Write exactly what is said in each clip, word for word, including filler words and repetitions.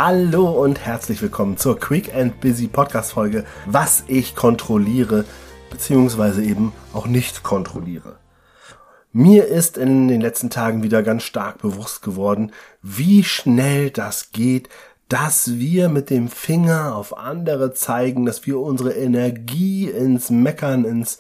Hallo und herzlich willkommen zur Quick and Busy Podcast Folge, was ich kontrolliere, beziehungsweise eben auch nicht kontrolliere. Mir ist in den letzten Tagen wieder ganz stark bewusst geworden, wie schnell das geht, dass wir mit dem Finger auf andere zeigen, dass wir unsere Energie ins Meckern, ins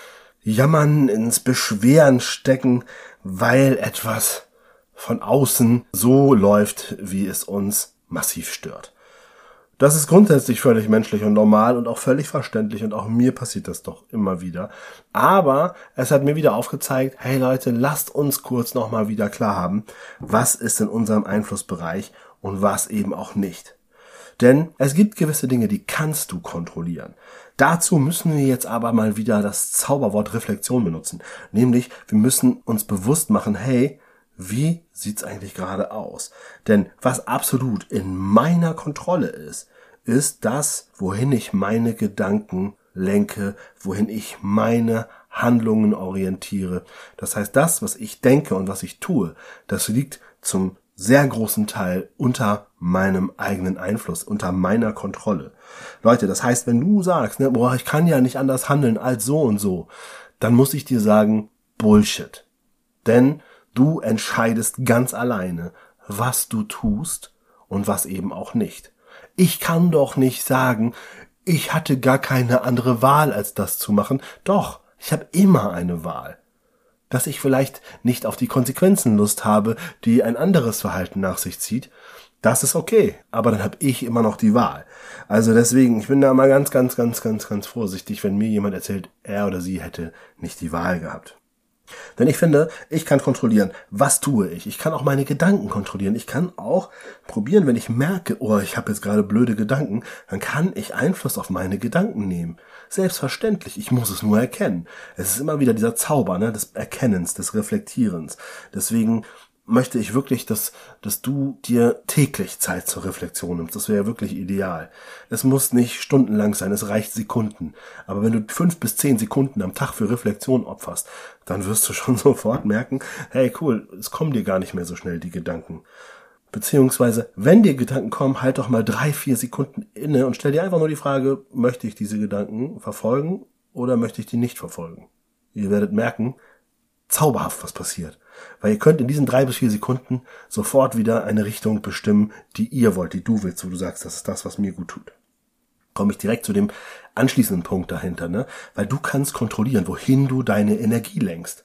Jammern, ins Beschweren stecken, weil etwas von außen so läuft, wie es uns massiv stört. Das ist grundsätzlich völlig menschlich und normal und auch völlig verständlich und auch mir passiert das doch immer wieder. Aber es hat mir wieder aufgezeigt, hey Leute, lasst uns kurz nochmal wieder klar haben, was ist in unserem Einflussbereich und was eben auch nicht. Denn es gibt gewisse Dinge, die kannst du kontrollieren. Dazu müssen wir jetzt aber mal wieder das Zauberwort Reflexion benutzen. Nämlich, wir müssen uns bewusst machen, hey, wie sieht's eigentlich gerade aus? Denn was absolut in meiner Kontrolle ist, ist das, wohin ich meine Gedanken lenke, wohin ich meine Handlungen orientiere. Das heißt, das, was ich denke und was ich tue, das liegt zum sehr großen Teil unter meinem eigenen Einfluss, unter meiner Kontrolle. Leute, das heißt, wenn du sagst, ne, boah, ich kann ja nicht anders handeln als so und so, dann muss ich dir sagen, Bullshit. Denn du entscheidest ganz alleine, was du tust und was eben auch nicht. Ich kann doch nicht sagen, ich hatte gar keine andere Wahl, als das zu machen. Doch, ich habe immer eine Wahl. Dass ich vielleicht nicht auf die Konsequenzen Lust habe, die ein anderes Verhalten nach sich zieht, das ist okay. Aber dann habe ich immer noch die Wahl. Also deswegen, ich bin da mal ganz, ganz, ganz, ganz, ganz vorsichtig, wenn mir jemand erzählt, er oder sie hätte nicht die Wahl gehabt. Denn ich finde, ich kann kontrollieren, was tue ich. Ich kann auch meine Gedanken kontrollieren. Ich kann auch probieren, wenn ich merke, oh, ich habe jetzt gerade blöde Gedanken, dann kann ich Einfluss auf meine Gedanken nehmen. Selbstverständlich, ich muss es nur erkennen. Es ist immer wieder dieser Zauber, ne, des Erkennens, des Reflektierens. Deswegen möchte ich wirklich, dass, dass du dir täglich Zeit zur Reflexion nimmst. Das wäre wirklich ideal. Es muss nicht stundenlang sein, es reicht Sekunden. Aber wenn du fünf bis zehn Sekunden am Tag für Reflexion opferst, dann wirst du schon sofort merken, hey cool, es kommen dir gar nicht mehr so schnell die Gedanken. Beziehungsweise, wenn dir Gedanken kommen, halt doch mal drei, vier Sekunden inne und stell dir einfach nur die Frage, möchte ich diese Gedanken verfolgen oder möchte ich die nicht verfolgen? Ihr werdet merken, zauberhaft was passiert. Weil ihr könnt in diesen drei bis vier Sekunden sofort wieder eine Richtung bestimmen, die ihr wollt, die du willst, wo du sagst, das ist das, was mir gut tut. Komme ich direkt zu dem anschließenden Punkt dahinter, ne? Weil du kannst kontrollieren, wohin du deine Energie lenkst.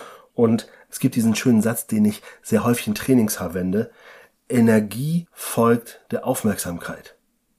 Und es gibt diesen schönen Satz, den ich sehr häufig in Trainings verwende. Energie folgt der Aufmerksamkeit.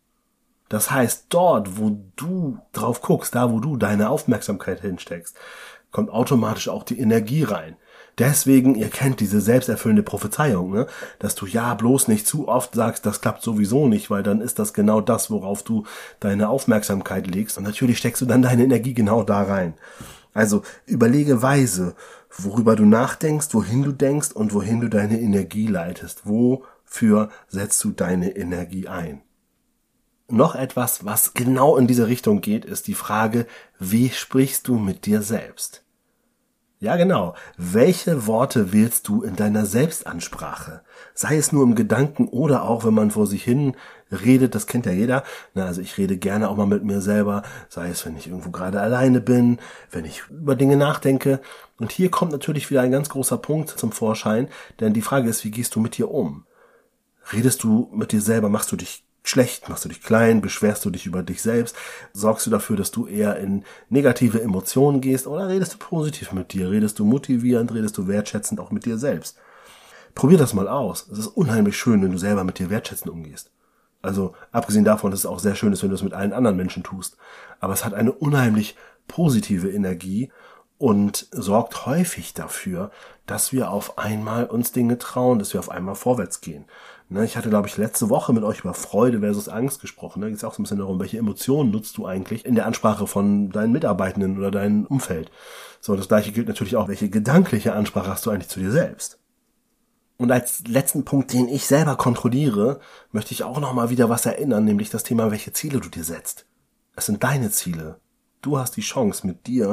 Das heißt, dort, wo du drauf guckst, da, wo du deine Aufmerksamkeit hinsteckst, kommt automatisch auch die Energie rein. Deswegen, ihr kennt diese selbsterfüllende Prophezeiung, ne? Dass du ja bloß nicht zu oft sagst, das klappt sowieso nicht, weil dann ist das genau das, worauf du deine Aufmerksamkeit legst. Und natürlich steckst du dann deine Energie genau da rein. Also überlege weise, worüber du nachdenkst, wohin du denkst und wohin du deine Energie leitest. Wofür setzt du deine Energie ein? Noch etwas, was genau in diese Richtung geht, ist die Frage, wie sprichst du mit dir selbst? Ja, genau. Welche Worte wählst du in deiner Selbstansprache? Sei es nur im Gedanken oder auch, wenn man vor sich hin redet, das kennt ja jeder. Na, also ich rede gerne auch mal mit mir selber, sei es, wenn ich irgendwo gerade alleine bin, wenn ich über Dinge nachdenke. Und hier kommt natürlich wieder ein ganz großer Punkt zum Vorschein, denn die Frage ist, wie gehst du mit dir um? Redest du mit dir selber, machst du dich schlecht, machst du dich klein, beschwerst du dich über dich selbst, sorgst du dafür, dass du eher in negative Emotionen gehst oder redest du positiv mit dir, redest du motivierend, redest du wertschätzend auch mit dir selbst. Probier das mal aus. Es ist unheimlich schön, wenn du selber mit dir wertschätzend umgehst. Also abgesehen davon, dass es auch sehr schön ist, wenn du es mit allen anderen Menschen tust. Aber es hat eine unheimlich positive Energie und sorgt häufig dafür, dass wir auf einmal uns Dinge trauen, dass wir auf einmal vorwärts gehen. Ich hatte, glaube ich, letzte Woche mit euch über Freude versus Angst gesprochen. Da geht es auch so ein bisschen darum, welche Emotionen nutzt du eigentlich in der Ansprache von deinen Mitarbeitenden oder deinem Umfeld. So, das Gleiche gilt natürlich auch, welche gedankliche Ansprache hast du eigentlich zu dir selbst. Und als letzten Punkt, den ich selber kontrolliere, möchte ich auch nochmal wieder was erinnern, nämlich das Thema, welche Ziele du dir setzt. Es sind deine Ziele. Du hast die Chance, mit dir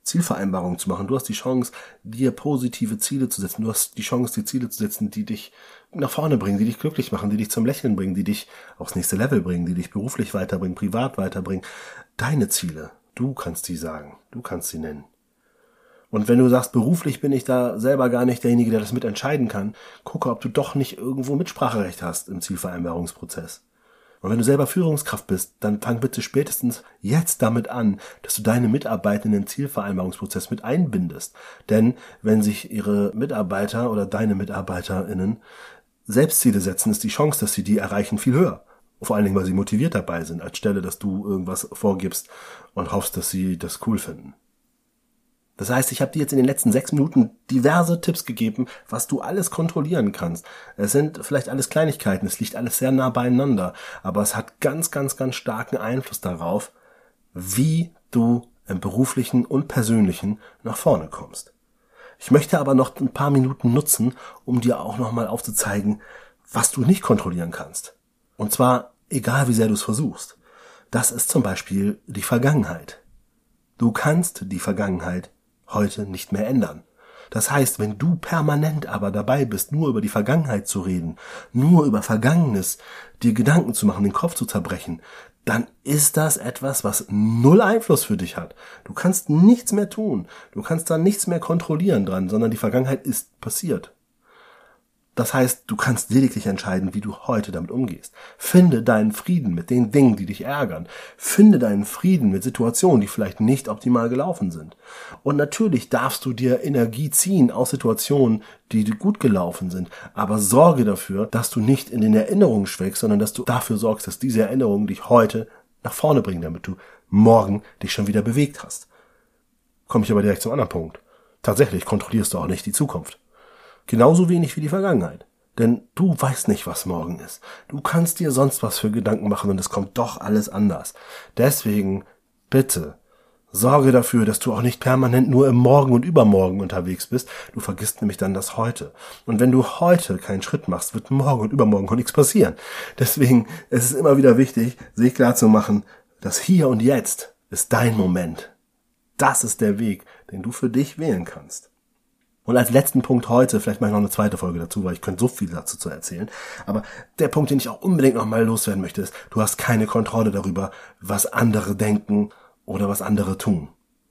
Zielvereinbarungen zu machen. Du hast die Chance, dir positive Ziele zu setzen. Du hast die Chance, dir Ziele zu setzen, die dich nach vorne bringen, die dich glücklich machen, die dich zum Lächeln bringen, die dich aufs nächste Level bringen, die dich beruflich weiterbringen, privat weiterbringen. Deine Ziele, du kannst die sagen, du kannst sie nennen. Und wenn du sagst, beruflich bin ich da selber gar nicht derjenige, der das mitentscheiden kann, gucke, ob du doch nicht irgendwo Mitspracherecht hast im Zielvereinbarungsprozess. Und wenn du selber Führungskraft bist, dann fang bitte spätestens jetzt damit an, dass du deine Mitarbeiter in den Zielvereinbarungsprozess mit einbindest. Denn wenn sich ihre Mitarbeiter oder deine MitarbeiterInnen Selbstziele setzen, ist die Chance, dass sie die erreichen, viel höher. Vor allen Dingen, weil sie motiviert dabei sind, als Stelle, dass du irgendwas vorgibst und hoffst, dass sie das cool finden. Das heißt, ich habe dir jetzt in den letzten sechs Minuten diverse Tipps gegeben, was du alles kontrollieren kannst. Es sind vielleicht alles Kleinigkeiten, es liegt alles sehr nah beieinander, aber es hat ganz, ganz, ganz starken Einfluss darauf, wie du im beruflichen und persönlichen nach vorne kommst. Ich möchte aber noch ein paar Minuten nutzen, um dir auch nochmal aufzuzeigen, was du nicht kontrollieren kannst. Und zwar, egal wie sehr du es versuchst. Das ist zum Beispiel die Vergangenheit. Du kannst die Vergangenheit heute nicht mehr ändern. Das heißt, wenn du permanent aber dabei bist, nur über die Vergangenheit zu reden, nur über Vergangenes dir Gedanken zu machen, den Kopf zu zerbrechen, dann ist das etwas, was null Einfluss für dich hat. Du kannst nichts mehr tun. Du kannst da nichts mehr kontrollieren dran, sondern die Vergangenheit ist passiert. Das heißt, du kannst lediglich entscheiden, wie du heute damit umgehst. Finde deinen Frieden mit den Dingen, die dich ärgern. Finde deinen Frieden mit Situationen, die vielleicht nicht optimal gelaufen sind. Und natürlich darfst du dir Energie ziehen aus Situationen, die gut gelaufen sind. Aber sorge dafür, dass du nicht in den Erinnerungen schwelgst, sondern dass du dafür sorgst, dass diese Erinnerungen dich heute nach vorne bringen, damit du morgen dich schon wieder bewegt hast. Komme ich aber direkt zum anderen Punkt. Tatsächlich kontrollierst du auch nicht die Zukunft. Genauso wenig wie die Vergangenheit. Denn du weißt nicht, was morgen ist. Du kannst dir sonst was für Gedanken machen und es kommt doch alles anders. Deswegen, bitte, sorge dafür, dass du auch nicht permanent nur im Morgen und Übermorgen unterwegs bist. Du vergisst nämlich dann das Heute. Und wenn du heute keinen Schritt machst, wird morgen und übermorgen auch nichts passieren. Deswegen ist es immer wieder wichtig, sich klar zu machen, das Hier und Jetzt ist dein Moment. Das ist der Weg, den du für dich wählen kannst. Und als letzten Punkt heute, vielleicht mache ich noch eine zweite Folge dazu, weil ich könnte so viel dazu zu erzählen, aber der Punkt, den ich auch unbedingt noch mal loswerden möchte, ist, du hast keine Kontrolle darüber, was andere denken oder was andere tun.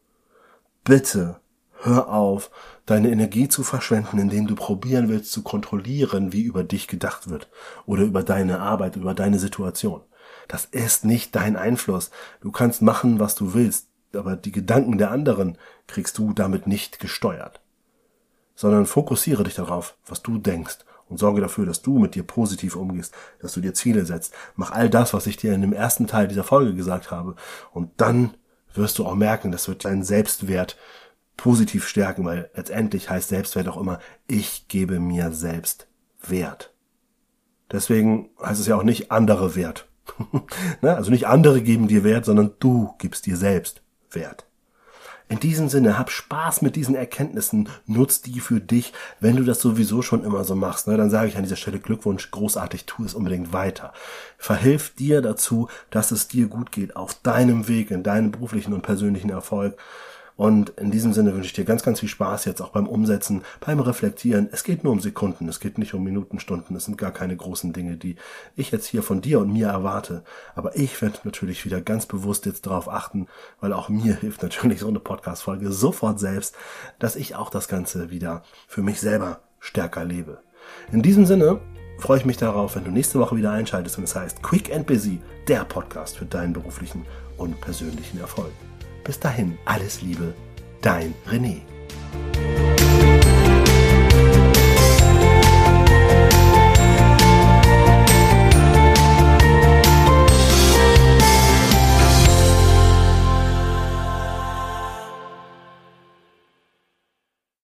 Bitte hör auf, deine Energie zu verschwenden, indem du probieren willst zu kontrollieren, wie über dich gedacht wird oder über deine Arbeit, über deine Situation. Das ist nicht dein Einfluss. Du kannst machen, was du willst, aber die Gedanken der anderen kriegst du damit nicht gesteuert. Sondern fokussiere dich darauf, was du denkst und sorge dafür, dass du mit dir positiv umgehst, dass du dir Ziele setzt. Mach all das, was ich dir in dem ersten Teil dieser Folge gesagt habe und dann wirst du auch merken, das wird deinen Selbstwert positiv stärken, weil letztendlich heißt Selbstwert auch immer, ich gebe mir selbst Wert. Deswegen heißt es ja auch nicht andere Wert. Also nicht andere geben dir Wert, sondern du gibst dir selbst Wert. In diesem Sinne, hab Spaß mit diesen Erkenntnissen, nutz die für dich. Wenn du das sowieso schon immer so machst, ne, dann sage ich an dieser Stelle Glückwunsch, großartig, tu es unbedingt weiter. Verhilf dir dazu, dass es dir gut geht, auf deinem Weg, in deinem beruflichen und persönlichen Erfolg. Und in diesem Sinne wünsche ich dir ganz, ganz viel Spaß jetzt auch beim Umsetzen, beim Reflektieren. Es geht nur um Sekunden, es geht nicht um Minuten, Stunden. Es sind gar keine großen Dinge, die ich jetzt hier von dir und mir erwarte. Aber ich werde natürlich wieder ganz bewusst jetzt darauf achten, weil auch mir hilft natürlich so eine Podcast-Folge sofort selbst, dass ich auch das Ganze wieder für mich selber stärker lebe. In diesem Sinne freue ich mich darauf, wenn du nächste Woche wieder einschaltest und es heißt Quick and Busy, der Podcast für deinen beruflichen und persönlichen Erfolg. Bis dahin, alles Liebe, dein René.